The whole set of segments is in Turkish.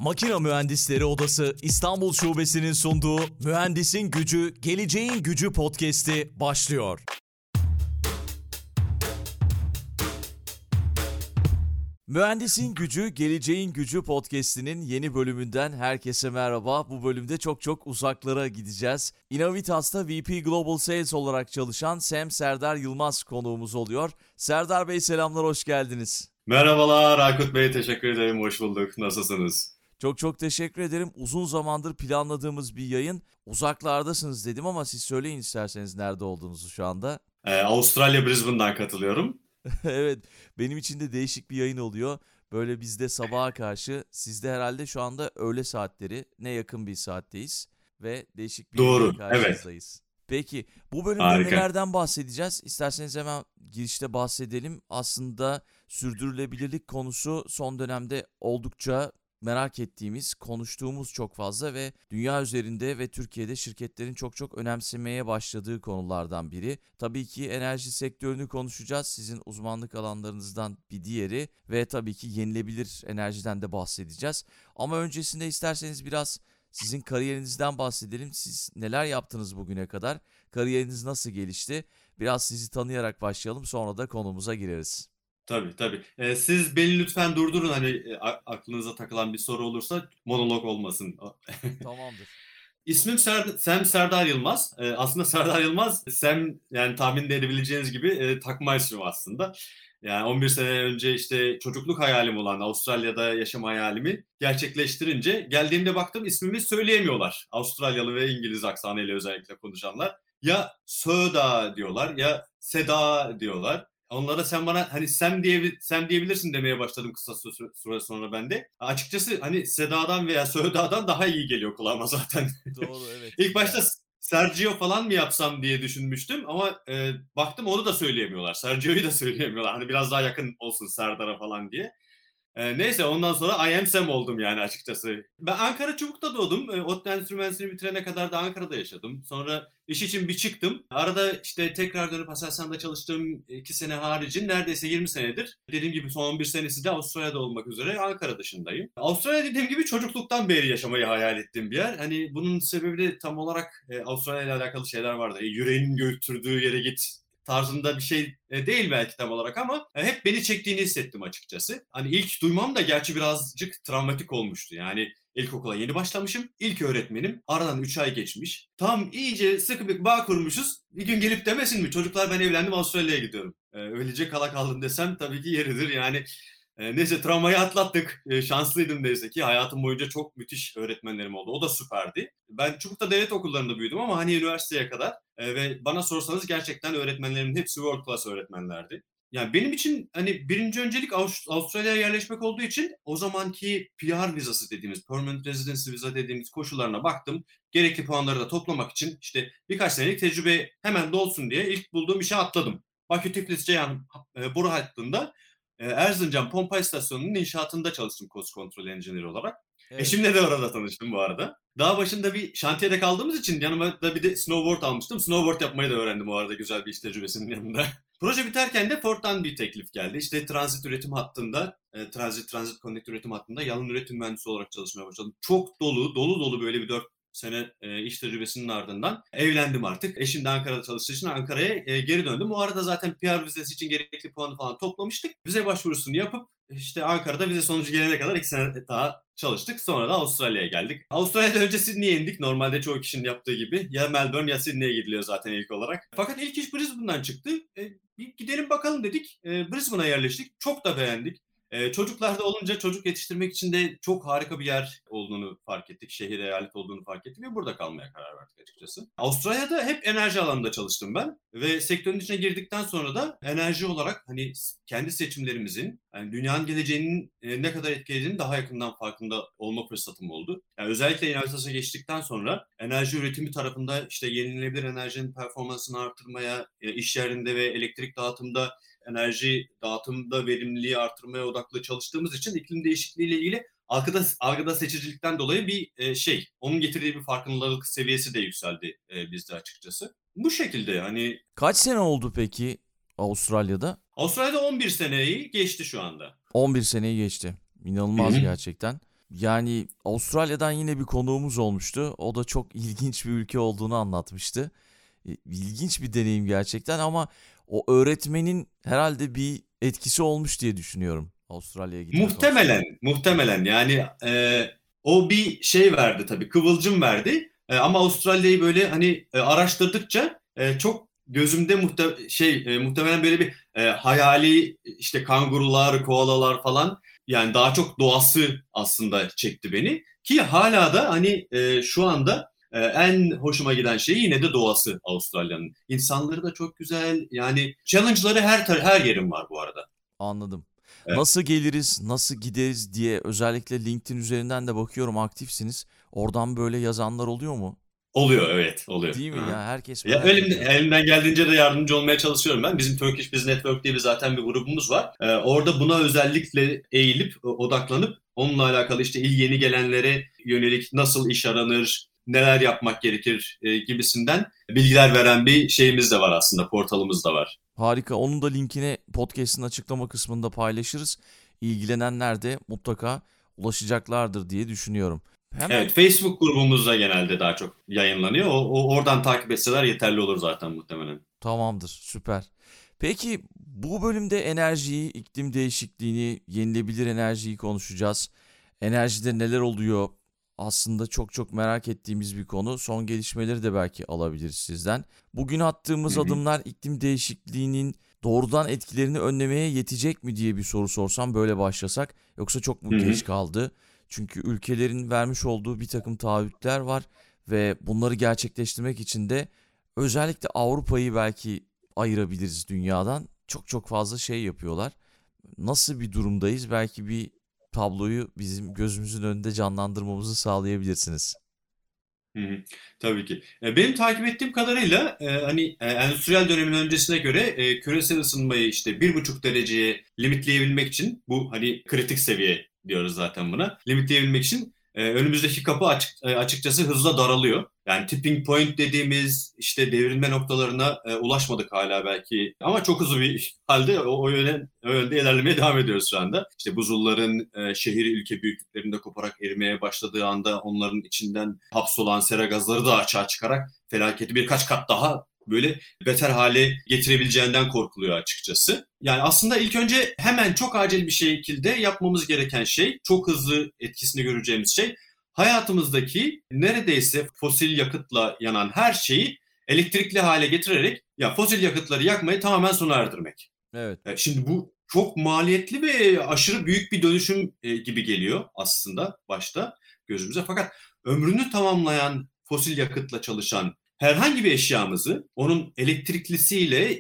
Makina Mühendisleri Odası İstanbul Şubesi'nin sunduğu Mühendisin Gücü, Geleceğin Gücü podcast'i başlıyor. Mühendisin Gücü, Geleceğin Gücü podcast'inin yeni bölümünden herkese merhaba. Bu bölümde çok uzaklara gideceğiz. Innovitas'ta VP Global Sales olarak çalışan Serdar Yılmaz konuğumuz oluyor. Serdar Bey selamlar, hoş geldiniz. Merhabalar Aykut Bey, teşekkür ederim, hoş bulduk. Nasılsınız? Çok teşekkür ederim. Uzun zamandır planladığımız bir yayın. Uzaklardasınız dedim ama siz söyleyin isterseniz nerede olduğunuzu şu anda. Avustralya Brisbane'dan katılıyorum. Evet, benim için de değişik bir yayın oluyor. Böyle bizde sabaha karşı, sizde herhalde şu anda öğle saatleri, ne yakın bir saatteyiz ve değişik bir yayınla Doğru, evet. karşınızdayız. Peki, bu bölümde Harika. nelerden bahsedeceğiz? İsterseniz hemen girişte bahsedelim. Aslında sürdürülebilirlik konusu son dönemde oldukça merak ettiğimiz, konuştuğumuz çok fazla ve dünya üzerinde ve Türkiye'de şirketlerin çok önemsemeye başladığı konulardan biri. Tabii ki enerji sektörünü konuşacağız. Sizin uzmanlık alanlarınızdan bir diğeri ve tabii ki yenilebilir enerjiden de bahsedeceğiz. Ama öncesinde isterseniz biraz sizin kariyerinizden bahsedelim. Siz neler yaptınız bugüne kadar? Kariyeriniz nasıl gelişti? Biraz sizi tanıyarak başlayalım, sonra da konumuza gireriz. Tabii. Siz beni lütfen durdurun, hani aklınıza takılan bir soru olursa monolog olmasın. Tamamdır. İsmim Serdar Yılmaz. Aslında Serdar Yılmaz, yani tahmin de edebileceğiniz gibi takma ismim aslında. Yani 11 sene önce işte çocukluk hayalim olan Avustralya'da yaşam hayalimi gerçekleştirince geldiğimde baktım ismimi söyleyemiyorlar. Avustralyalı ve İngiliz aksanıyla özellikle konuşanlar. Ya Söda diyorlar ya Seda diyorlar. Onlara sen bana hani sen diyebilirsin demeye başladım kısa süre sonra ben de. Açıkçası hani Seda'dan veya Söda'dan daha iyi geliyor kulağıma zaten. Doğru, evet. İlk Yani. başta Sergio falan mı yapsam diye düşünmüştüm ama baktım onu da söyleyemiyorlar. Sergio'yu da söyleyemiyorlar. Hani biraz daha yakın olsun Serdar'a falan diye. Neyse ondan sonra I am Sam oldum yani açıkçası. Ben Ankara Çubuk'ta doğdum. ODTÜ Enstrümansi'ni bitirene kadar da Ankara'da yaşadım. Sonra iş için bir çıktım. Arada işte tekrar dönüp Aselsan'da çalıştığım 2 sene harici neredeyse 20 senedir. Dediğim gibi son 11 senesi de Avustralya'da olmak üzere Ankara dışındayım. Avustralya dediğim gibi çocukluktan beri yaşamayı hayal ettiğim bir yer. Hani bunun sebebi de tam olarak Avustralya ile alakalı şeyler vardı. Yüreğinin götürdüğü yere git tarzında bir şey değil belki tam olarak ama hep beni çektiğini hissettim açıkçası. Hani ilk duymam da gerçi birazcık travmatik olmuştu. Yani ilkokula yeni başlamışım. İlk öğretmenim. Aradan 3 ay geçmiş. Tam iyice sıkı bir bağ kurmuşuz. Bir gün gelip demesin mi? Çocuklar ben evlendim, Avustralya'ya gidiyorum. Öylece kala kaldım desem tabii ki yeridir. Yani neyse travmayı atlattık. Şanslıydım neyse ki. Hayatım boyunca çok müthiş öğretmenlerim oldu. O da süperdi. Ben Çubuk'ta devlet okullarında büyüdüm ama hani üniversiteye kadar ve bana sorsanız gerçekten öğretmenlerimin hepsi world class öğretmenlerdi. Yani benim için hani birinci öncelik Avustralya'ya yerleşmek olduğu için o zamanki PR vizası dediğimiz, Permanent Residency Visa dediğimiz koşullarına baktım. Gerekli puanları da toplamak için işte birkaç senelik tecrübe hemen dolsun diye ilk bulduğum işe atladım. Bakü-Tiflis-Ceyhan boru hattında Erzincan Pompa İstasyonu'nun inşaatında çalıştım Cost Control Engineer olarak. Evet. Eşimle de orada tanıştım bu arada. Dağ başında bir şantiyede kaldığımız için yanıma da bir de snowboard almıştım. Snowboard yapmayı da öğrendim bu arada güzel bir iş tecrübesinin yanında. Proje biterken de Ford'dan bir teklif geldi. İşte transit üretim hattında, transit connect üretim hattında yalın üretim mühendisi olarak çalışmaya başladım. Çok dolu böyle bir 4 sene iş tecrübesinin ardından evlendim artık. Eşim de Ankara'da çalıştığı için Ankara'ya geri döndüm. O arada zaten PR vizesi için gerekli puanı falan toplamıştık. Vize başvurusunu yapıp işte Ankara'da vize sonucu gelene kadar 2 sene daha çalıştık. Sonra da Avustralya'ya geldik. Avustralya'da önce Sydney'e indik. Normalde çoğu kişinin yaptığı gibi. Ya Melbourne ya Sydney'e gidiliyor zaten ilk olarak. Fakat ilk iş Brisbane'dan çıktı. Bir gidelim bakalım dedik. Brisbane'a yerleştik. Çok da beğendik. Çocuklar da olunca çocuk yetiştirmek için de çok harika bir yer olduğunu fark ettik. Şehir, eyalet olduğunu fark ettik ve burada kalmaya karar verdik açıkçası. Avustralya'da hep enerji alanında çalıştım ben ve sektörün içine girdikten sonra da enerji olarak hani kendi seçimlerimizin, yani dünyanın geleceğinin ne kadar etkilediğini daha yakından farkında olma fırsatım oldu. Yani özellikle Innovitas'a geçtikten sonra enerji üretimi tarafında işte yenilenebilir enerjinin performansını artırmaya, iş yerinde ve elektrik dağıtımda enerji dağıtımda verimliliği artırmaya odaklı çalıştığımız için iklim değişikliği ile ilgili algıda seçicilikten dolayı bir onun getirdiği bir farkındalık seviyesi de yükseldi bizde açıkçası. Bu şekilde hani. Kaç sene oldu peki Avustralya'da? Avustralya'da 11 seneyi geçti şu anda. 11 seneyi geçti. İnanılmaz Hı-hı. gerçekten. Yani Avustralya'dan yine bir konuğumuz olmuştu. O da çok ilginç bir ülke olduğunu anlatmıştı. İlginç bir deneyim gerçekten ama o öğretmenin herhalde bir etkisi olmuş diye düşünüyorum Avustralya'ya gitme konusunda. Muhtemelen, muhtemelen yani o bir şey verdi tabii, kıvılcım verdi. Ama Avustralya'yı böyle hani araştırdıkça çok gözümde muhtemelen böyle bir hayali işte kangurular, koalalar falan, yani daha çok doğası aslında çekti beni. Ki hala da hani şu anda en hoşuma giden şey yine de doğası Avustralya'nın. İnsanları da çok güzel. Yani challenge'ları her yerim var bu arada. Anladım. Evet. Nasıl geliriz, nasıl gideriz diye özellikle LinkedIn üzerinden de bakıyorum aktifsiniz. Oradan böyle yazanlar oluyor mu? Oluyor, evet, oluyor. Değil Hı mi hı. ya? Herkes Ya merak ediyor. elimden geldiğince de yardımcı olmaya çalışıyorum ben. Bizim Turkish Biz Network diye zaten bir grubumuz var. Orada buna özellikle eğilip odaklanıp onunla alakalı işte yeni gelenlere yönelik nasıl iş aranır, neler yapmak gerekir gibisinden bilgiler veren bir şeyimiz de var aslında, portalımız da var. Harika. Onun da linkini podcast'in açıklama kısmında paylaşırız. İlgilenenler de mutlaka ulaşacaklardır diye düşünüyorum. Evet, Hemen Facebook grubumuzda genelde daha çok yayınlanıyor. Oradan takip etseler yeterli olur zaten muhtemelen. tamamdır. Süper. Peki bu bölümde enerjiyi, iklim değişikliğini, yenilebilir enerjiyi konuşacağız. Enerjide neler oluyor? Aslında çok çok merak ettiğimiz bir konu. Son gelişmeleri de belki alabiliriz sizden. Bugün Hı attığımız hı. adımlar iklim değişikliğinin doğrudan etkilerini önlemeye yetecek mi diye bir soru sorsam böyle başlasak. Yoksa çok Hı mu hı. geç kaldı? Çünkü ülkelerin vermiş olduğu bir takım taahhütler var ve bunları gerçekleştirmek için de özellikle Avrupa'yı belki ayırabiliriz dünyadan. Çok çok fazla şey yapıyorlar. Nasıl bir durumdayız? Belki bir tabloyu bizim gözümüzün önünde canlandırmamızı sağlayabilirsiniz. Hı hı. Tabii ki. Benim takip ettiğim kadarıyla hani endüstriyel dönemin öncesine göre küresel ısınmayı işte 1,5 dereceye limitleyebilmek için, bu hani kritik seviye diyoruz zaten buna. Limitleyebilmek için önümüzdeki kapı açıkçası hızla daralıyor. Yani tipping point dediğimiz işte devrilme noktalarına ulaşmadık hala belki, ama çok hızlı bir halde o yönde ilerlemeye devam ediyoruz şu anda. İşte buzulların şehir ülke büyüklüklerinde koparak erimeye başladığı anda onların içinden hapsolan sera gazları da açığa çıkarak felaketi birkaç kat daha böyle beter hale getirebileceğinden korkuluyor açıkçası. Yani aslında ilk önce hemen çok acil bir şekilde yapmamız gereken şey, çok hızlı etkisini göreceğimiz şey, hayatımızdaki neredeyse fosil yakıtla yanan her şeyi elektrikli hale getirerek ya fosil yakıtları yakmayı tamamen sona erdirmek. Evet, Şimdi bu çok maliyetli ve aşırı büyük bir dönüşüm gibi geliyor aslında başta gözümüze. Fakat ömrünü tamamlayan fosil yakıtla çalışan herhangi bir eşyamızı onun elektriklisiyle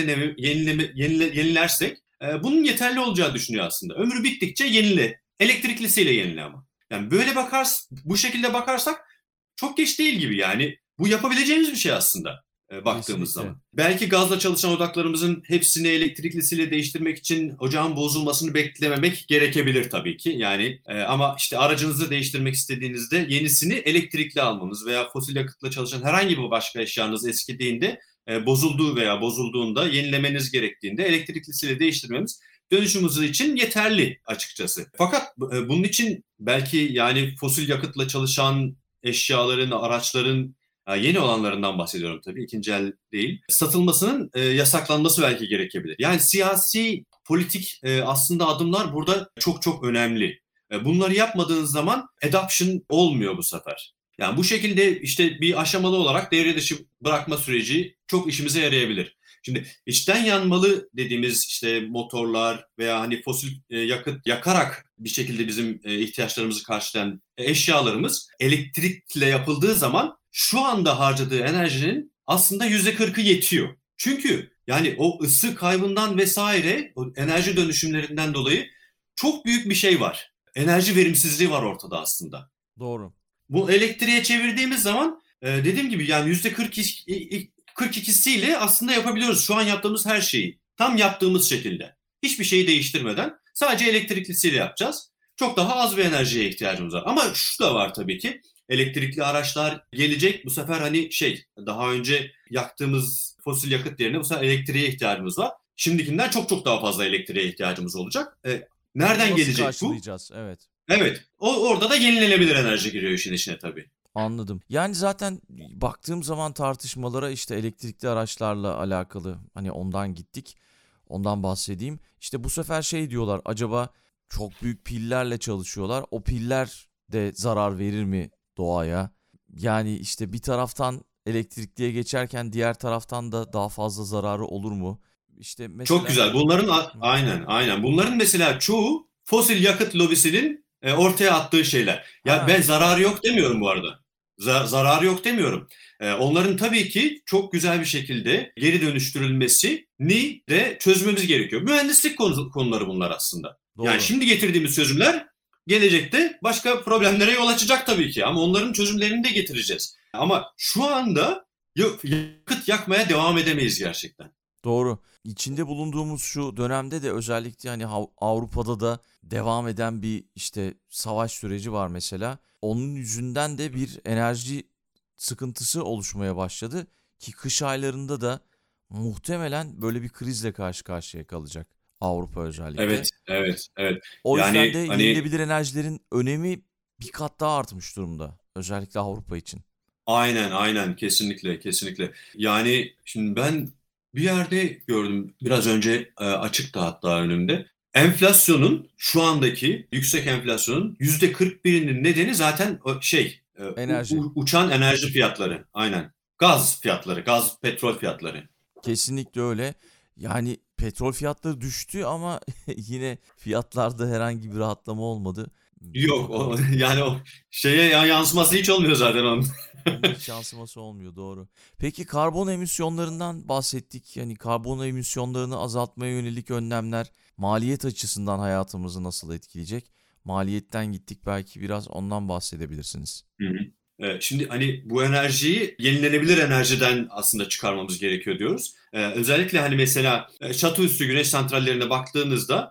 yenilersek bunun yeterli olacağı düşünüyor aslında. Ömrü bittikçe yenile, elektriklisiyle yenile ama. Yani böyle bu şekilde bakarsak çok geç değil gibi yani. Bu yapabileceğimiz bir şey aslında baktığımız kesinlikle. zaman. Belki gazla çalışan odaklarımızın hepsini elektriklisiyle değiştirmek için ocağın bozulmasını beklememek gerekebilir tabii ki. Yani ama işte aracınızı değiştirmek istediğinizde yenisini elektrikli almanız veya fosil yakıtla çalışan herhangi bir başka eşyanız eskidiğinde bozulduğu veya bozulduğunda yenilemeniz gerektiğinde elektriklisiyle değiştirmemiz dönüşüm hızı için yeterli açıkçası. Fakat bunun için belki yani fosil yakıtla çalışan eşyaların, araçların, yeni olanlarından bahsediyorum tabii, ikinci el değil, satılmasının yasaklanması belki gerekebilir. Yani siyasi, politik aslında adımlar burada çok çok önemli. Bunları yapmadığınız zaman adoption olmuyor bu sefer. Yani bu şekilde işte bir aşamalı olarak devre dışı bırakma süreci çok işimize yarayabilir. Şimdi içten yanmalı dediğimiz işte motorlar veya hani fosil yakıt yakarak bir şekilde bizim ihtiyaçlarımızı karşılayan eşyalarımız elektrikle yapıldığı zaman şu anda harcadığı enerjinin aslında %40'ı yetiyor. Çünkü yani o ısı kaybından vesaire, o enerji dönüşümlerinden dolayı çok büyük bir şey var. Enerji verimsizliği var ortada aslında. Doğru. Bu elektriğe çevirdiğimiz zaman dediğim gibi yani %42'siyle aslında yapabiliyoruz şu an yaptığımız her şeyi. Tam yaptığımız şekilde. Hiçbir şeyi değiştirmeden sadece elektriklisiyle yapacağız. Çok daha az bir enerjiye ihtiyacımız var. Ama şu da var tabii ki. Elektrikli araçlar gelecek. Bu sefer hani daha önce yaktığımız fosil yakıt yerine bu sefer elektriğe ihtiyacımız var. Şimdikinden çok çok daha fazla elektriğe ihtiyacımız olacak. Bunu Nereden nasıl gelecek bu? karşılayacağız? Evet. Evet. Orada da yenilenebilir enerji giriyor işin içine tabii. Anladım. Yani zaten baktığım zaman tartışmalara işte elektrikli araçlarla alakalı hani ondan gittik. Ondan bahsedeyim. İşte bu sefer şey diyorlar, acaba çok büyük pillerle çalışıyorlar. O piller de zarar verir mi doğaya? Yani işte bir taraftan elektrikliye geçerken diğer taraftan da daha fazla zararı olur mu? İşte Çok mesela güzel. Aynen. Bunların mesela çoğu fosil yakıt lobisinin ortaya attığı şeyler. Ya ha ben zararı güzel. yok demiyorum bu arada. Zararı yok demiyorum. Onların tabii ki çok güzel bir şekilde geri dönüştürülmesini de çözmemiz gerekiyor. Mühendislik konuları bunlar aslında. Yani Doğru. şimdi getirdiğimiz çözümler gelecekte başka problemlere yol açacak tabii ki, ama onların çözümlerini de getireceğiz. Ama şu anda yakıt yakmaya devam edemeyiz gerçekten. Doğru. İçinde bulunduğumuz şu dönemde de özellikle hani Avrupa'da da devam eden bir işte savaş süreci var mesela. Onun yüzünden de bir enerji sıkıntısı oluşmaya başladı ki kış aylarında da muhtemelen böyle bir krizle karşı karşıya kalacak Avrupa özellikle. Evet. O yüzden de Yani hani yenilebilir enerjilerin önemi bir kat daha artmış durumda, özellikle Avrupa için. aynen kesinlikle. Yani şimdi ben bir yerde gördüm biraz önce, açıktı hatta önümde. Enflasyonun şu andaki yüksek enflasyonun %41'inin nedeni zaten Enerji. uçan enerji fiyatları. Aynen. Gaz fiyatları, petrol fiyatları. Kesinlikle öyle. Yani petrol fiyatları düştü ama yine fiyatlarda herhangi bir rahatlama olmadı. Yok Bakalım. yani o şeye yansıması hiç olmuyor zaten onun. Onun hiç yansıması olmuyor, doğru. Peki karbon emisyonlarından bahsettik. Yani karbon emisyonlarını azaltmaya yönelik önlemler maliyet açısından hayatımızı nasıl etkileyecek? Maliyetten gittik, belki biraz ondan bahsedebilirsiniz. Hı hı. Evet, şimdi hani bu enerjiyi yenilenebilir enerjiden aslında çıkarmamız gerekiyor diyoruz. Özellikle hani mesela çatı üstü güneş santrallerine baktığınızda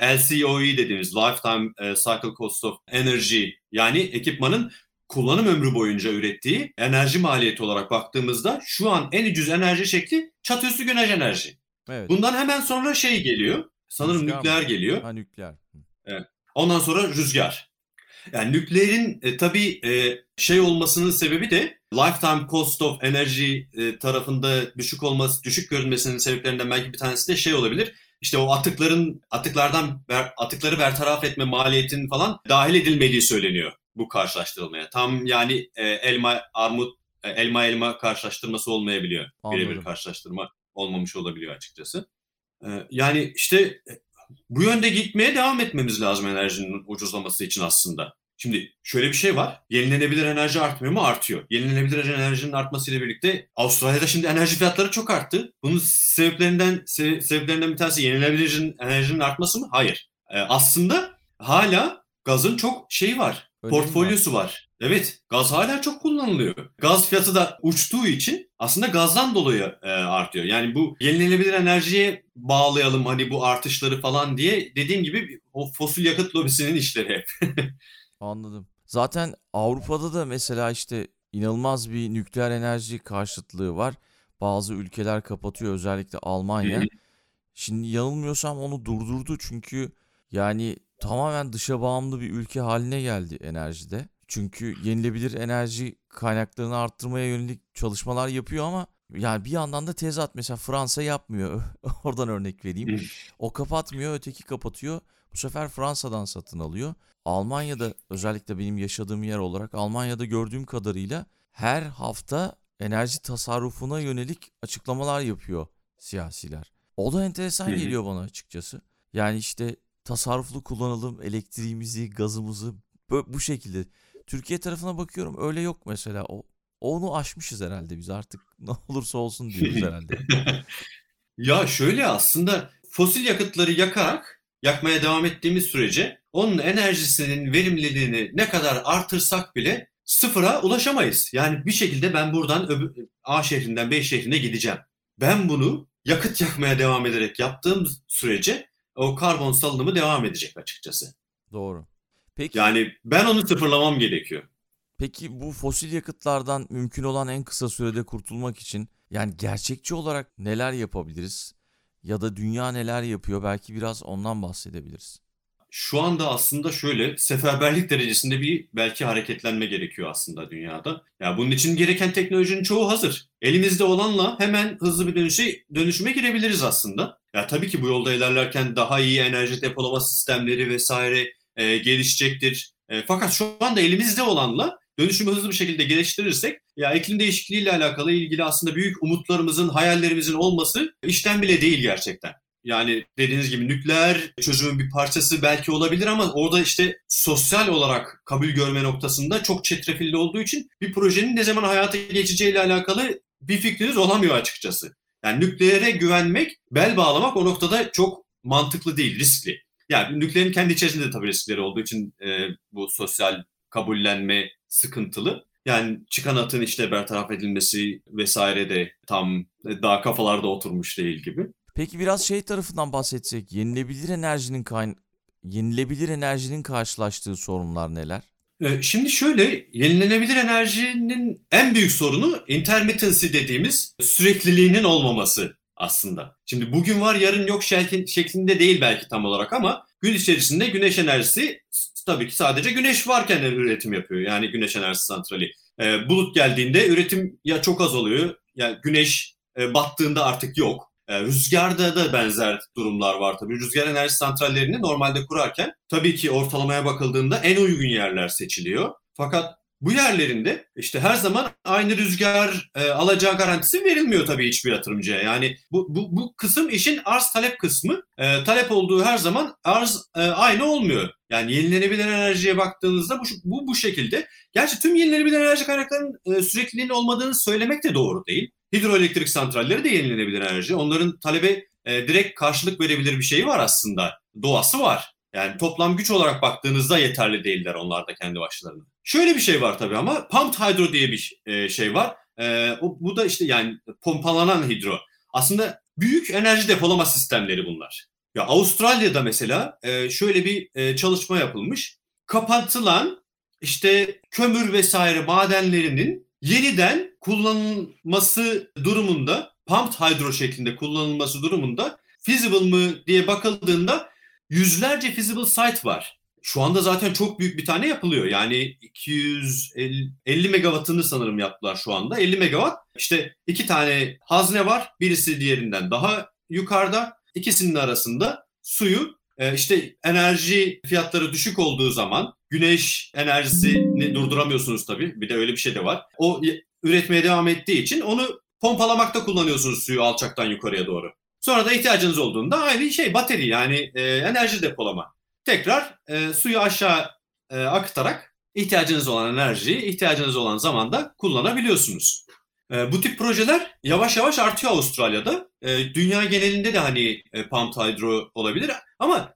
LCOE dediğimiz Lifetime Cycle Cost of Energy, yani ekipmanın kullanım ömrü boyunca ürettiği enerji maliyeti olarak baktığımızda şu an en ucuz enerji şekli çatı üstü güneş enerji. Evet. Bundan hemen sonra şey geliyor. Sanırım Rüzgar mı? nükleer geliyor. Ha, nükleer. Evet. Ondan sonra rüzgar. Yani nükleerin tabii şey olmasının sebebi de lifetime cost of energy tarafında düşük görünmesinin sebeplerinden belki bir tanesi de şey olabilir. İşte o atıkları bertaraf etme maliyetinin falan dahil edilmediği söyleniyor bu karşılaştırılmaya. Tam yani elma karşılaştırması olmayabiliyor. Birebir Anladım. karşılaştırma olmamış olabiliyor açıkçası. Yani işte bu yönde gitmeye devam etmemiz lazım enerjinin ucuzlaması için aslında. Şimdi şöyle bir şey var. Yenilenebilir enerji artmıyor mu? Artıyor. Yenilenebilir enerjinin artmasıyla birlikte Avustralya'da şimdi enerji fiyatları çok arttı. Bunun sebeplerinden bir tanesi yenilenebilir enerjinin artması mı? Hayır. Aslında hala gazın çok şeyi var. Önemi var. Portfolyosu var. Evet, gaz hala çok kullanılıyor. Gaz fiyatı da uçtuğu için aslında gazdan dolayı artıyor. Yani bu yenilenebilir enerjiye bağlayalım hani bu artışları falan diye, dediğim gibi o fosil yakıt lobisinin işleri hep. Anladım. Zaten Avrupa'da da mesela işte inanılmaz bir nükleer enerji karşıtlığı var. Bazı ülkeler kapatıyor, özellikle Almanya. Şimdi yanılmıyorsam onu durdurdu çünkü yani tamamen dışa bağımlı bir ülke haline geldi enerjide. Çünkü yenilebilir enerji kaynaklarını arttırmaya yönelik çalışmalar yapıyor ama yani bir yandan da tezat, mesela Fransa yapmıyor. Oradan örnek vereyim. O kapatmıyor, öteki kapatıyor. Bu sefer Fransa'dan satın alıyor. Almanya'da, özellikle benim yaşadığım yer olarak Almanya'da gördüğüm kadarıyla her hafta enerji tasarrufuna yönelik açıklamalar yapıyor siyasiler. O da enteresan geliyor bana açıkçası. Yani işte tasarruflu kullanalım elektriğimizi, gazımızı, bu şekilde. Türkiye tarafına bakıyorum, öyle yok mesela. Onu aşmışız herhalde biz artık, ne olursa olsun diyoruz herhalde. Ya şöyle, aslında fosil yakıtları yakmaya devam ettiğimiz sürece onun enerjisinin verimliliğini ne kadar artırsak bile sıfıra ulaşamayız. Yani bir şekilde ben buradan A şehrinden B şehrine gideceğim. Ben bunu yakıt yakmaya devam ederek yaptığım sürece o karbon salınımı devam edecek açıkçası. Doğru. Peki Yani ben onu sıfırlamam gerekiyor. Peki bu fosil yakıtlardan mümkün olan en kısa sürede kurtulmak için yani gerçekçi olarak neler yapabiliriz? Ya da dünya neler yapıyor? Belki biraz ondan bahsedebiliriz. şu anda aslında şöyle seferberlik derecesinde bir belki hareketlenme gerekiyor aslında dünyada. Ya bunun için gereken teknolojinin çoğu hazır. Elimizde olanla hemen hızlı bir dönüşüme girebiliriz aslında. Ya tabii ki bu yolda ilerlerken daha iyi enerji depolama sistemleri vesaire gelişecektir. Fakat şu anda elimizde olanla dönüşümü hızlı bir şekilde geliştirirsek ya iklim değişikliğiyle alakalı ilgili aslında büyük umutlarımızın, hayallerimizin olması işten bile değil gerçekten. Yani dediğiniz gibi nükleer çözümün bir parçası belki olabilir ama orada işte sosyal olarak kabul görme noktasında çok çetrefilli olduğu için bir projenin ne zaman hayata geçeceğiyle alakalı bir fikriniz olamıyor açıkçası. Yani nükleere güvenmek, bel bağlamak o noktada çok mantıklı değil, riskli. Yani nükleerin kendi içerisinde de tabii riskleri olduğu için bu sosyal kabullenme sıkıntılı. Yani çıkan atın işte bertaraf edilmesi vesaire de tam daha kafalarda oturmuş değil gibi. Peki biraz şey tarafından bahsetsek, yenilebilir enerjinin karşılaştığı sorunlar neler? Şimdi şöyle, yenilenebilir enerjinin en büyük sorunu intermittency dediğimiz sürekliliğinin olmaması aslında. Şimdi bugün var yarın yok şeklinde değil belki tam olarak ama gün içerisinde güneş enerjisi tabii ki sadece güneş varken üretim yapıyor. Yani güneş enerjisi santrali. Bulut geldiğinde üretim ya çok az oluyor. Yani güneş battığında artık yok. Rüzgarda da benzer durumlar var tabii. Rüzgar enerji santrallerini normalde kurarken tabii ki ortalamaya bakıldığında en uygun yerler seçiliyor. Fakat bu yerlerinde işte her zaman aynı rüzgar alacağı garantisi verilmiyor tabii hiçbir yatırımcıya. Yani bu kısım işin arz talep kısmı. Talep olduğu her zaman arz aynı olmuyor. Yani yenilenebilir enerjiye baktığınızda bu şekilde. Gerçi tüm yenilenebilir enerji kaynaklarının sürekliliğinin olmadığını söylemek de doğru değil. Hidroelektrik santralleri de yenilenebilir enerji. Onların talebe direkt karşılık verebilir bir şeyi var aslında. Doğası var. Yani toplam güç olarak baktığınızda yeterli değiller onlar da kendi başlarına. Şöyle bir şey var tabii ama pumped hydro diye bir şey var. Bu da işte yani pompalanan hidro. Aslında büyük enerji depolama sistemleri bunlar. Ya Avustralya'da mesela şöyle bir çalışma yapılmış. Kapatılan işte kömür vesaire madenlerinin yeniden kullanılması durumunda, pumped hydro şeklinde kullanılması durumunda feasible mı diye bakıldığında yüzlerce feasible site var. Şu anda zaten çok büyük bir tane yapılıyor. Yani 250 megawattını sanırım yaptılar şu anda. 50 megawatt. İşte iki tane hazne var. Birisi diğerinden daha yukarıda. İkisinin arasında suyu işte enerji fiyatları düşük olduğu zaman güneş enerjisini durduramıyorsunuz tabii. Bir de öyle bir şey de var. O üretmeye devam ettiği için onu pompalamakta kullanıyorsunuz suyu alçaktan yukarıya doğru. Sonra da ihtiyacınız olduğunda aynı şey bateri yani enerji depolama. Tekrar suyu aşağı akıtarak ihtiyacınız olan enerjiyi ihtiyacınız olan zamanda kullanabiliyorsunuz. Bu tip projeler yavaş yavaş artıyor Avustralya'da. Dünya genelinde de hani pumped hydro olabilir ama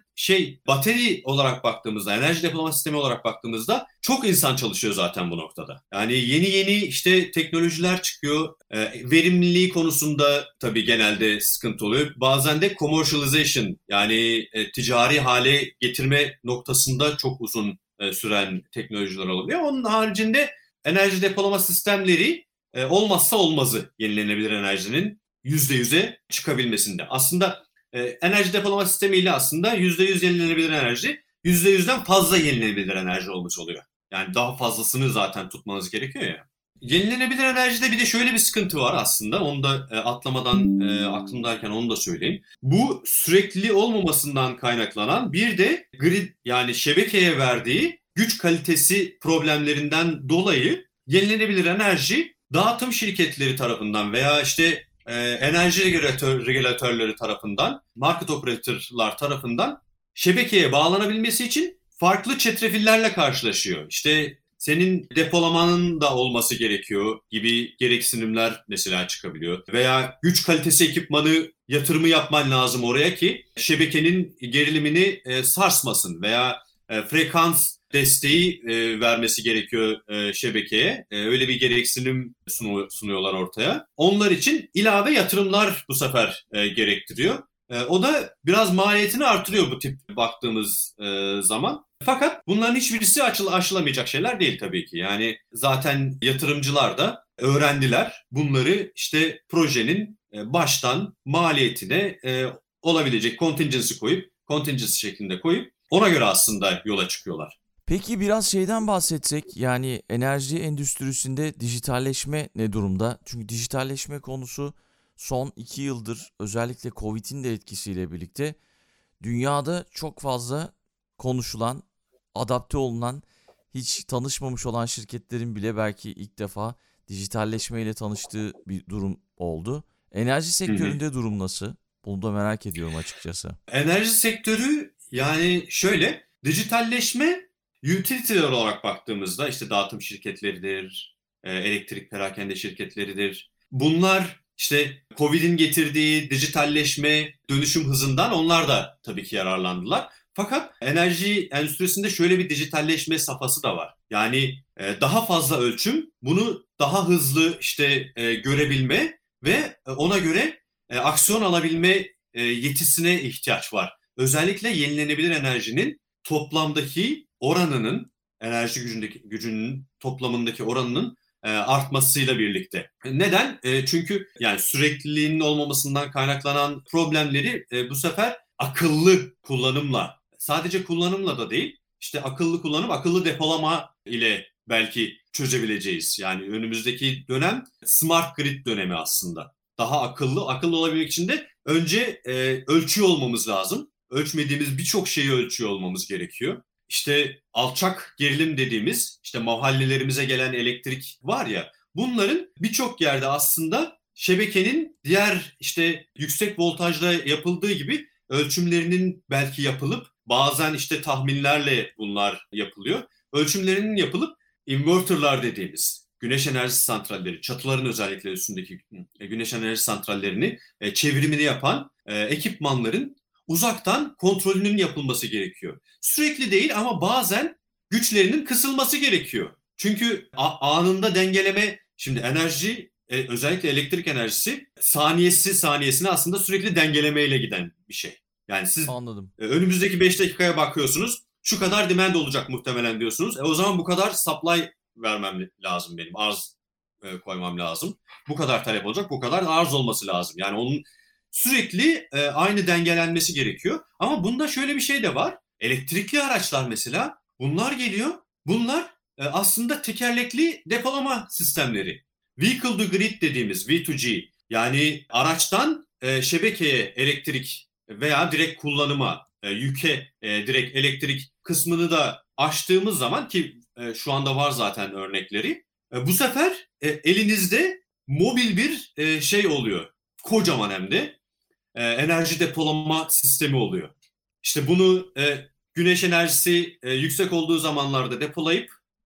bateri olarak baktığımızda, enerji depolama sistemi olarak baktığımızda çok insan çalışıyor zaten bu noktada. Yani yeni işte teknolojiler çıkıyor. Verimliliği konusunda tabii genelde sıkıntı oluyor. Bazen de commercialization yani ticari hale getirme noktasında çok uzun süren teknolojiler olabiliyor. Onun haricinde enerji depolama sistemleri olmazsa olmazı yenilenebilir enerjinin %100'e çıkabilmesinde. Aslında enerji depolama sistemiyle aslında %100 yenilenebilir enerji, %100'den fazla yenilenebilir enerji olmuş oluyor. Yani daha fazlasını zaten tutmanız gerekiyor ya. Yenilenebilir enerjide bir de şöyle bir sıkıntı var aslında. Onu da atlamadan aklımdayken onu da söyleyeyim. Bu sürekli olmamasından kaynaklanan bir de grid yani şebekeye verdiği güç kalitesi problemlerinden dolayı yenilenebilir enerji dağıtım şirketleri tarafından veya işte enerji regülatörleri tarafından, market operatörler tarafından şebekeye bağlanabilmesi için farklı çetrefillerle karşılaşıyor. İşte senin depolamanın da olması gerekiyor gibi gereksinimler mesela çıkabiliyor. Veya güç kalitesi ekipmanı yatırımı yapman lazım oraya ki şebekenin gerilimini sarsmasın veya frekans desteği vermesi gerekiyor şebekeye. Öyle bir gereksinim sunuyorlar ortaya. Onlar için ilave yatırımlar bu sefer gerektiriyor. O da biraz maliyetini artırıyor bu tip baktığımız zaman. Fakat bunların hiçbirisi aşılamayacak şeyler değil tabii ki. Yani zaten yatırımcılar da öğrendiler. Bunları işte projenin baştan maliyetine olabilecek contingency şeklinde koyup Ona göre aslında yola çıkıyorlar. Peki biraz şeyden bahsetsek, yani enerji endüstrisinde dijitalleşme ne durumda? Çünkü dijitalleşme konusu son 2 yıldır özellikle Covid'in de etkisiyle birlikte dünyada çok fazla konuşulan, adapte olunan, hiç tanışmamış olan şirketlerin bile belki ilk defa dijitalleşmeyle tanıştığı bir durum oldu. Enerji Hı hı. sektöründe durum nasıl? Bunu da merak ediyorum açıkçası. Enerji sektörü yani şöyle, dijitalleşme utility'ler olarak baktığımızda işte dağıtım şirketleridir, elektrik perakende şirketleridir. Bunlar işte Covid'in getirdiği dijitalleşme, dönüşüm hızından onlar da tabii ki yararlandılar. Fakat enerji endüstrisinde şöyle bir dijitalleşme safhası da var. Yani daha fazla ölçüm, bunu daha hızlı işte görebilme ve ona göre aksiyon alabilme yetisine ihtiyaç var. Özellikle yenilenebilir enerjinin toplamdaki oranının, enerji gücünün toplamındaki oranının artmasıyla birlikte. Neden? Çünkü yani sürekliliğinin olmamasından kaynaklanan problemleri bu sefer akıllı kullanımla, sadece kullanımla da değil, işte akıllı kullanım, akıllı depolama ile belki çözebileceğiz. Yani önümüzdeki dönem smart grid dönemi aslında. Daha akıllı olabilmek için de önce ölçüyor olmamız lazım. Ölçmediğimiz birçok şeyi ölçüyor olmamız gerekiyor. İşte alçak gerilim dediğimiz, işte mahallelerimize gelen elektrik var ya, bunların birçok yerde aslında şebekenin diğer işte yüksek voltajda yapıldığı gibi ölçümlerinin belki yapılıp, bazen işte tahminlerle bunlar yapılıyor. Ölçümlerinin yapılıp inverterlar dediğimiz güneş enerjisi santralleri, çatıların özellikle üstündeki güneş enerji santrallerini çevrimini yapan ekipmanların uzaktan kontrolünün yapılması gerekiyor. Sürekli değil ama bazen güçlerinin kısılması gerekiyor. Çünkü anında dengeleme, şimdi enerji, özellikle elektrik enerjisi saniyesi saniyesine aslında sürekli dengelemeyle giden bir şey. Yani siz Anladım. önümüzdeki 5 dakikaya bakıyorsunuz, şu kadar demand olacak muhtemelen diyorsunuz. O zaman bu kadar supply vermem lazım benim, arz koymam lazım. Bu kadar talep olacak, bu kadar arz olması lazım. Yani onun sürekli aynı dengelenmesi gerekiyor. Ama bunda şöyle bir şey de var. Elektrikli araçlar mesela, bunlar geliyor. Bunlar aslında tekerlekli depolama sistemleri. Vehicle to grid dediğimiz V2G, yani araçtan şebekeye elektrik veya direkt kullanıma, yüke direkt elektrik kısmını da açtığımız zaman, ki şu anda var zaten örnekleri, bu sefer elinizde mobil bir şey oluyor. Kocaman hem de enerji depolama sistemi oluyor. İşte bunu güneş enerjisi yüksek olduğu zamanlarda depolayıp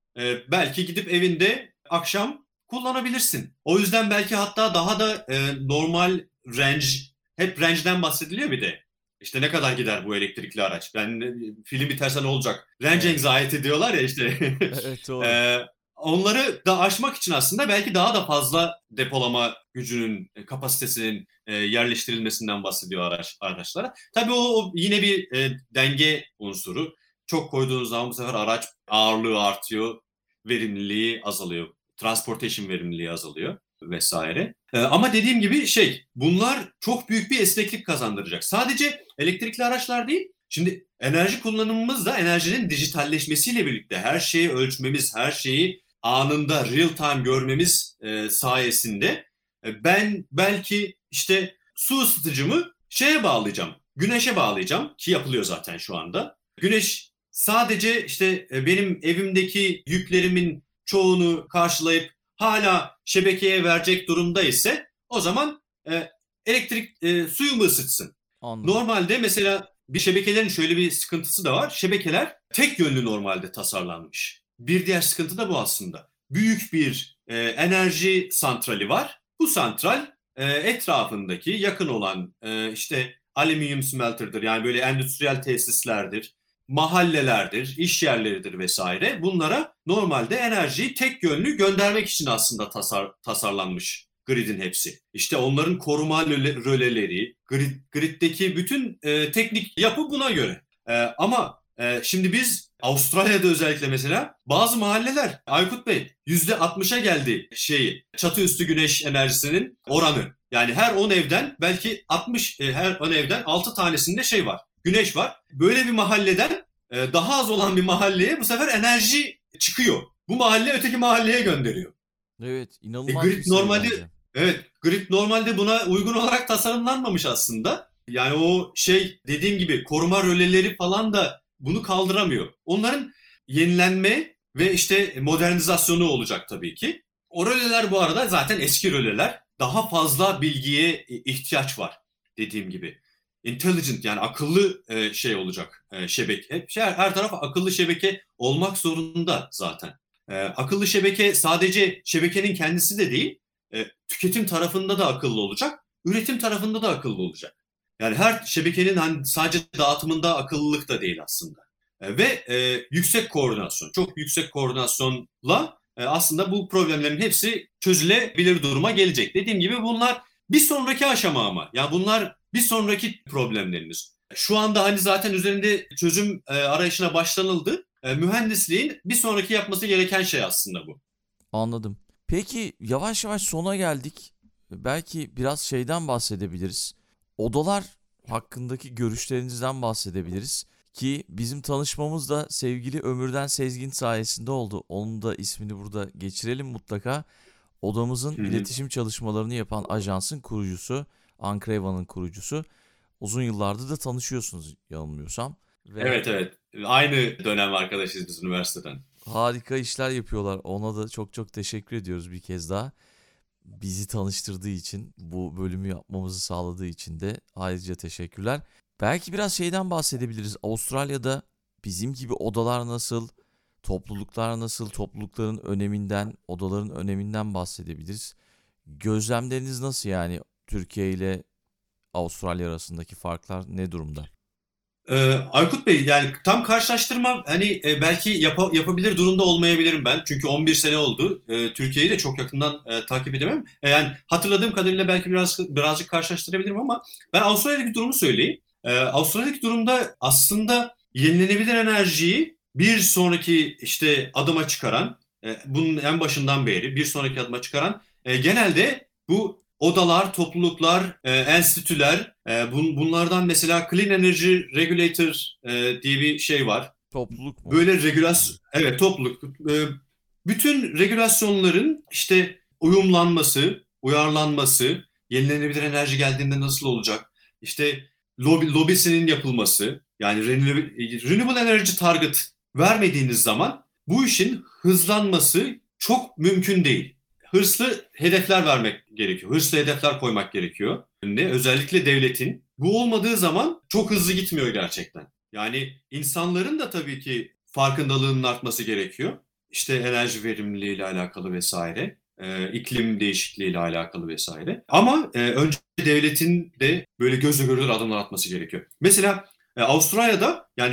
belki gidip evinde akşam kullanabilirsin. O yüzden belki hatta daha da normal range, hep range'den bahsediliyor bir de. İşte ne kadar gider bu elektrikli araç? Film biterse ne olacak? Range Evet. anxiety diyorlar ya işte. Evet, doğru. e, Onları da aşmak için aslında belki daha da fazla depolama gücünün, kapasitesinin yerleştirilmesinden bahsediyor araçlara. Tabii o yine bir denge unsuru. Çok koyduğunuz zaman bu sefer araç ağırlığı artıyor, verimliliği azalıyor, transportation verimliliği azalıyor vesaire. Ama dediğim gibi bunlar çok büyük bir esneklik kazandıracak. Sadece elektrikli araçlar değil, şimdi enerji kullanımımız da enerjinin dijitalleşmesiyle birlikte her şeyi ölçmemiz, her şeyi anında real time görmemiz sayesinde ben belki işte su ısıtıcımı şeye bağlayacağım, güneşe bağlayacağım, ki yapılıyor zaten şu anda. Güneş sadece işte benim evimdeki yüklerimin çoğunu karşılayıp hala şebekeye verecek durumda ise o zaman elektrik suyumu ısıtsın. Anladım. Normalde mesela bir şebekelerin şöyle bir sıkıntısı da var. Şebekeler tek yönlü normalde tasarlanmış. Bir diğer sıkıntı da bu aslında. Büyük bir enerji santrali var. Bu santral etrafındaki yakın olan işte alüminyum smelter'dır, yani böyle endüstriyel tesislerdir, mahallelerdir, iş yerleridir vesaire. Bunlara normalde enerjiyi tek yönlü göndermek için aslında tasarlanmış gridin hepsi. İşte onların koruma röleleri, griddeki bütün teknik yapı buna göre. Ama şimdi biz Avustralya'da özellikle mesela bazı mahalleler, Aykut Bey, %60'a geldi çatı üstü güneş enerjisinin oranı. Yani her 10 evden belki 60, her 10 evden 6 tanesinde var. Güneş var. Böyle bir mahalleden daha az olan bir mahalleye bu sefer enerji çıkıyor. Bu mahalle öteki mahalleye gönderiyor. Evet, E, inanılmaz bir grid sayı normalde bence. evet, grid normalde buna uygun olarak tasarımlanmamış aslında. Yani o şey, dediğim gibi koruma röleleri falan da bunu kaldıramıyor. Onların yenilenme ve işte modernizasyonu olacak tabii ki. O röleler bu arada zaten eski röleler. Daha fazla bilgiye ihtiyaç var dediğim gibi. Intelligent, yani akıllı şey olacak, şebeke. Her taraf akıllı şebeke olmak zorunda zaten. Akıllı şebeke sadece şebekenin kendisi de değil, tüketim tarafında da akıllı olacak, üretim tarafında da akıllı olacak. Yani her şebekenin hani sadece dağıtımında akıllılık da değil aslında. Yüksek koordinasyon, çok yüksek koordinasyonla aslında bu problemlerin hepsi çözülebilir duruma gelecek. Dediğim gibi bunlar bir sonraki aşama ama. Yani bunlar bir sonraki problemlerimiz. Şu anda hani zaten üzerinde çözüm arayışına başlanıldı. Mühendisliğin bir sonraki yapması gereken şey aslında bu. Anladım. Peki yavaş yavaş sona geldik. Belki biraz şeyden bahsedebiliriz. Odalar hakkındaki görüşlerinizden bahsedebiliriz. Ki bizim tanışmamız da sevgili Ömürden Sezgin sayesinde oldu. Onun da ismini burada geçirelim mutlaka. Odamızın Hı hı. iletişim çalışmalarını yapan ajansın kurucusu, Ankreva'nın kurucusu. Uzun yıllardır da tanışıyorsunuz yanılmıyorsam. Ve Evet, evet. Aynı dönem arkadaşız biz üniversiteden. harika işler yapıyorlar. Ona da çok çok teşekkür ediyoruz bir kez daha. Bizi tanıştırdığı için, bu bölümü yapmamızı sağladığı için de ayrıca teşekkürler. Belki biraz şeyden bahsedebiliriz. Avustralya'da bizim gibi odalar nasıl, topluluklar nasıl, toplulukların öneminden, odaların öneminden bahsedebiliriz. Gözlemleriniz nasıl yani Türkiye ile Avustralya arasındaki farklar ne durumda? Aykut Bey, yani tam karşılaştırma hani belki yapabilir durumda olmayabilirim ben. Çünkü 11 sene oldu. Türkiye'yi de çok yakından takip edemem. Yani hatırladığım kadarıyla belki birazcık karşılaştırabilirim ama ben Avustralya'daki durumu söyleyeyim. Avustralya'daki durumda aslında yenilenebilir enerjiyi bir sonraki işte adıma çıkaran, bunun en başından beri bir sonraki adıma çıkaran genelde bu odalar, topluluklar, enstitüler, bunlardan mesela Clean Energy Regulator diye bir şey var. Topluluk mu? Böyle evet, topluluk. Bütün regülasyonların işte uyumlanması, uyarlanması, yenilenebilir enerji geldiğinde nasıl olacak? İşte lobisinin yapılması, yani renewable energy target vermediğiniz zaman bu işin hızlanması çok mümkün değil. Hırslı hedefler vermek gerekiyor. Hırslı hedefler koymak gerekiyor önüne. Özellikle devletin. Bu olmadığı zaman çok hızlı gitmiyor gerçekten. Yani insanların da tabii ki farkındalığının artması gerekiyor. İşte enerji verimliliği ile alakalı vesaire, iklim değişikliği ile alakalı vesaire. Ama önce devletin de böyle gözle görülür adımlar atması gerekiyor. Mesela Avustralya'da yani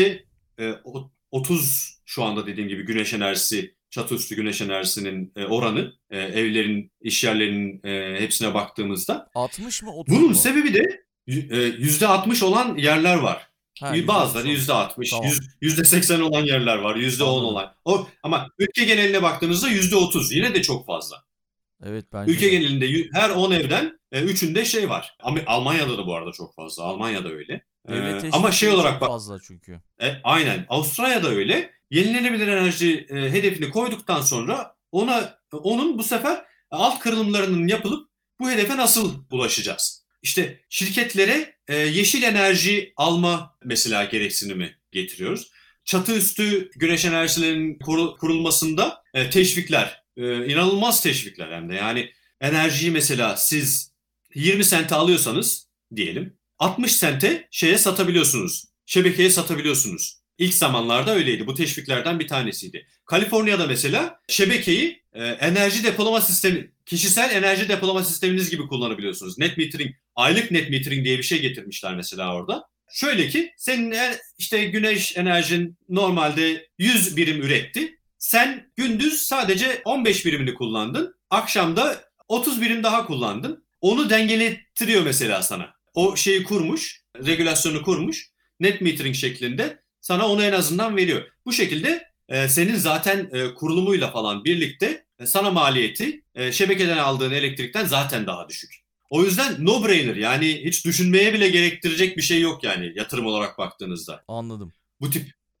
%30 şu anda dediğim gibi güneş enerjisi, çatı üstü güneş enerjisinin oranı, evlerin, iş yerlerinin hepsine baktığımızda. 60 mı 30 Bunun mu? sebebi de %60 olan yerler var. Ha %60 Bazıları olmuş. %60, Tamam. %80 olan yerler var, %10 Anladım. olan. Ama ülke geneline baktığınızda %30, yine de çok fazla. Evet bence Ülke de. genelinde her 10 evden 3'ünde şey var. Ama Almanya'da da bu arada çok fazla. Almanya'da öyle. Devlet Ama şey teşvikleri çok olarak bak, fazla çünkü. aynen. Avustralya'da öyle. Yenilenebilir enerji hedefini koyduktan sonra onun bu sefer alt kırılımlarının yapılıp bu hedefe nasıl ulaşacağız? İşte şirketlere yeşil enerji alma mesela gereksinimi getiriyoruz. Çatı üstü güneş enerjilerinin kurulmasında teşvikler, inanılmaz teşvikler hem de. Yani enerjiyi mesela siz 20 sente alıyorsanız diyelim, 60 sente şeye satabiliyorsunuz. Şebekeye satabiliyorsunuz. İlk zamanlarda öyleydi. Bu teşviklerden bir tanesiydi. Kaliforniya'da mesela şebekeyi enerji depolama sistemi, kişisel enerji depolama sisteminiz gibi kullanabiliyorsunuz. Net metering, aylık net metering diye bir şey getirmişler mesela orada. Şöyle ki senin işte güneş enerjin normalde 100 birim üretti. Sen gündüz sadece 15 birimini kullandın. Akşamda 30 birim daha kullandın. Onu dengelettiriyor mesela sana. O şeyi kurmuş, regülasyonu kurmuş. Net metering şeklinde sana onu en azından veriyor. Bu şekilde senin zaten kurulumuyla falan birlikte sana maliyeti şebekeden aldığın elektrikten zaten daha düşük. O yüzden no brainer, yani hiç düşünmeye bile gerektirecek bir şey yok yani yatırım olarak baktığınızda. Anladım. Bu tip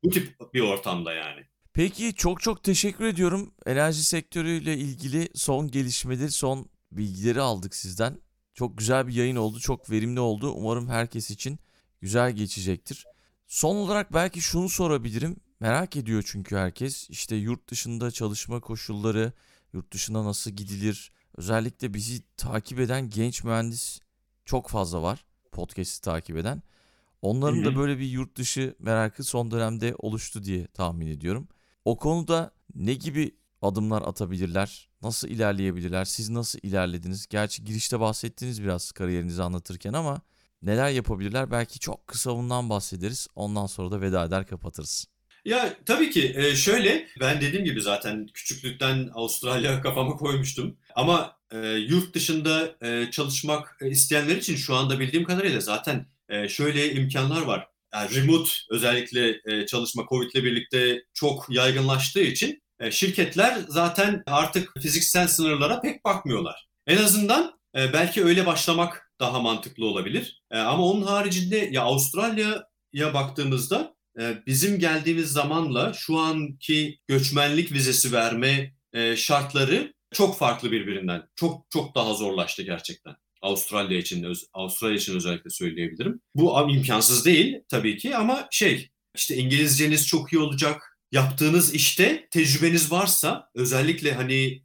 Bu tip bir ortamda yani. Peki çok çok teşekkür ediyorum. Enerji sektörüyle ilgili son gelişmeleri, son bilgileri aldık sizden. Çok güzel bir yayın oldu, çok verimli oldu. Umarım herkes için güzel geçecektir. Son olarak belki şunu sorabilirim. Merak ediyor çünkü herkes. İşte yurt dışında çalışma koşulları, yurt dışına nasıl gidilir? Özellikle bizi takip eden genç mühendis çok fazla var. Podcast'i takip eden. Hı Onların da hı. böyle bir yurt dışı merakı son dönemde oluştu diye tahmin ediyorum. O konuda ne gibi adımlar atabilirler? Nasıl ilerleyebilirler? Siz nasıl ilerlediniz? Gerçi girişte bahsettiniz biraz kariyerinizi anlatırken ama neler yapabilirler? Belki çok kısa bundan bahsederiz. Ondan sonra da veda eder kapatırız. Ya tabii ki şöyle, ben dediğim gibi zaten küçüklükten Avustralya kafama koymuştum. Ama yurt dışında çalışmak isteyenler için şu anda bildiğim kadarıyla zaten şöyle imkanlar var. Yani remote özellikle çalışma Covid'le birlikte çok yaygınlaştığı için şirketler zaten artık fiziksel sınırlara pek bakmıyorlar. En azından belki öyle başlamak daha mantıklı olabilir. Ama onun haricinde ya Avustralya'ya baktığımızda bizim geldiğimiz zamanla şu anki göçmenlik vizesi verme şartları çok farklı birbirinden. Çok çok daha zorlaştı gerçekten. Avustralya için özellikle söyleyebilirim. Bu imkansız değil tabii ki ama işte İngilizceniz çok iyi olacak. Yaptığınız işte tecrübeniz varsa özellikle hani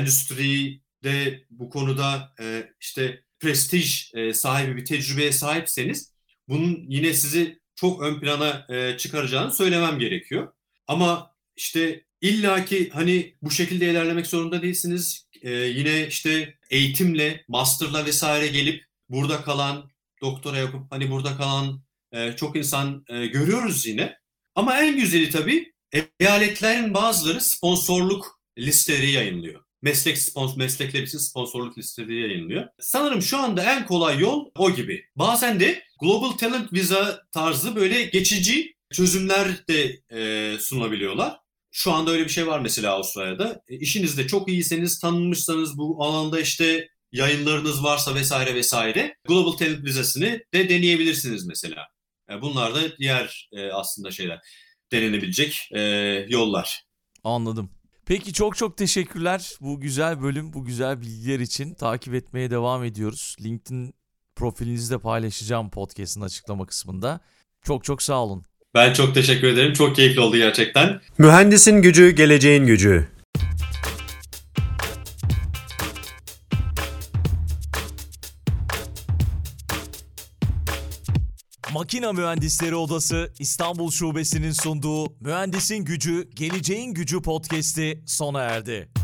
endüstride bu konuda işte prestij sahibi bir tecrübeye sahipseniz bunun yine sizi çok ön plana çıkaracağını söylemem gerekiyor. Ama işte illaki hani bu şekilde ilerlemek zorunda değilsiniz. Yine işte eğitimle, master'la vesaire gelip burada kalan, doktora yapıp hani burada kalan çok insan görüyoruz yine. Ama en güzeli tabii eyaletlerin bazıları sponsorluk listeleri yayınlıyor. Meslekler için sponsorluk listeleri yayınlıyor. Sanırım şu anda en kolay yol o gibi. Bazen de Global Talent Visa tarzı böyle geçici çözümler de sunabiliyorlar. Şu anda öyle bir şey var mesela Avustralya'da. İşinizde çok iyiyseniz, tanınmışsanız bu alanda işte yayınlarınız varsa vesaire vesaire Global Talent Visasını de deneyebilirsiniz mesela. Bunlar da diğer aslında denenebilecek yollar. Anladım. Peki çok çok teşekkürler bu güzel bölüm, bu güzel bilgiler için. Takip etmeye devam ediyoruz. LinkedIn profilinizde paylaşacağım podcast'ın açıklama kısmında. Çok çok sağ olun. Ben çok teşekkür ederim. Çok keyifli oldu gerçekten. Mühendisin gücü, geleceğin gücü. Makina Mühendisleri Odası İstanbul Şubesi'nin sunduğu Mühendisin Gücü, Geleceğin Gücü podcast'i sona erdi.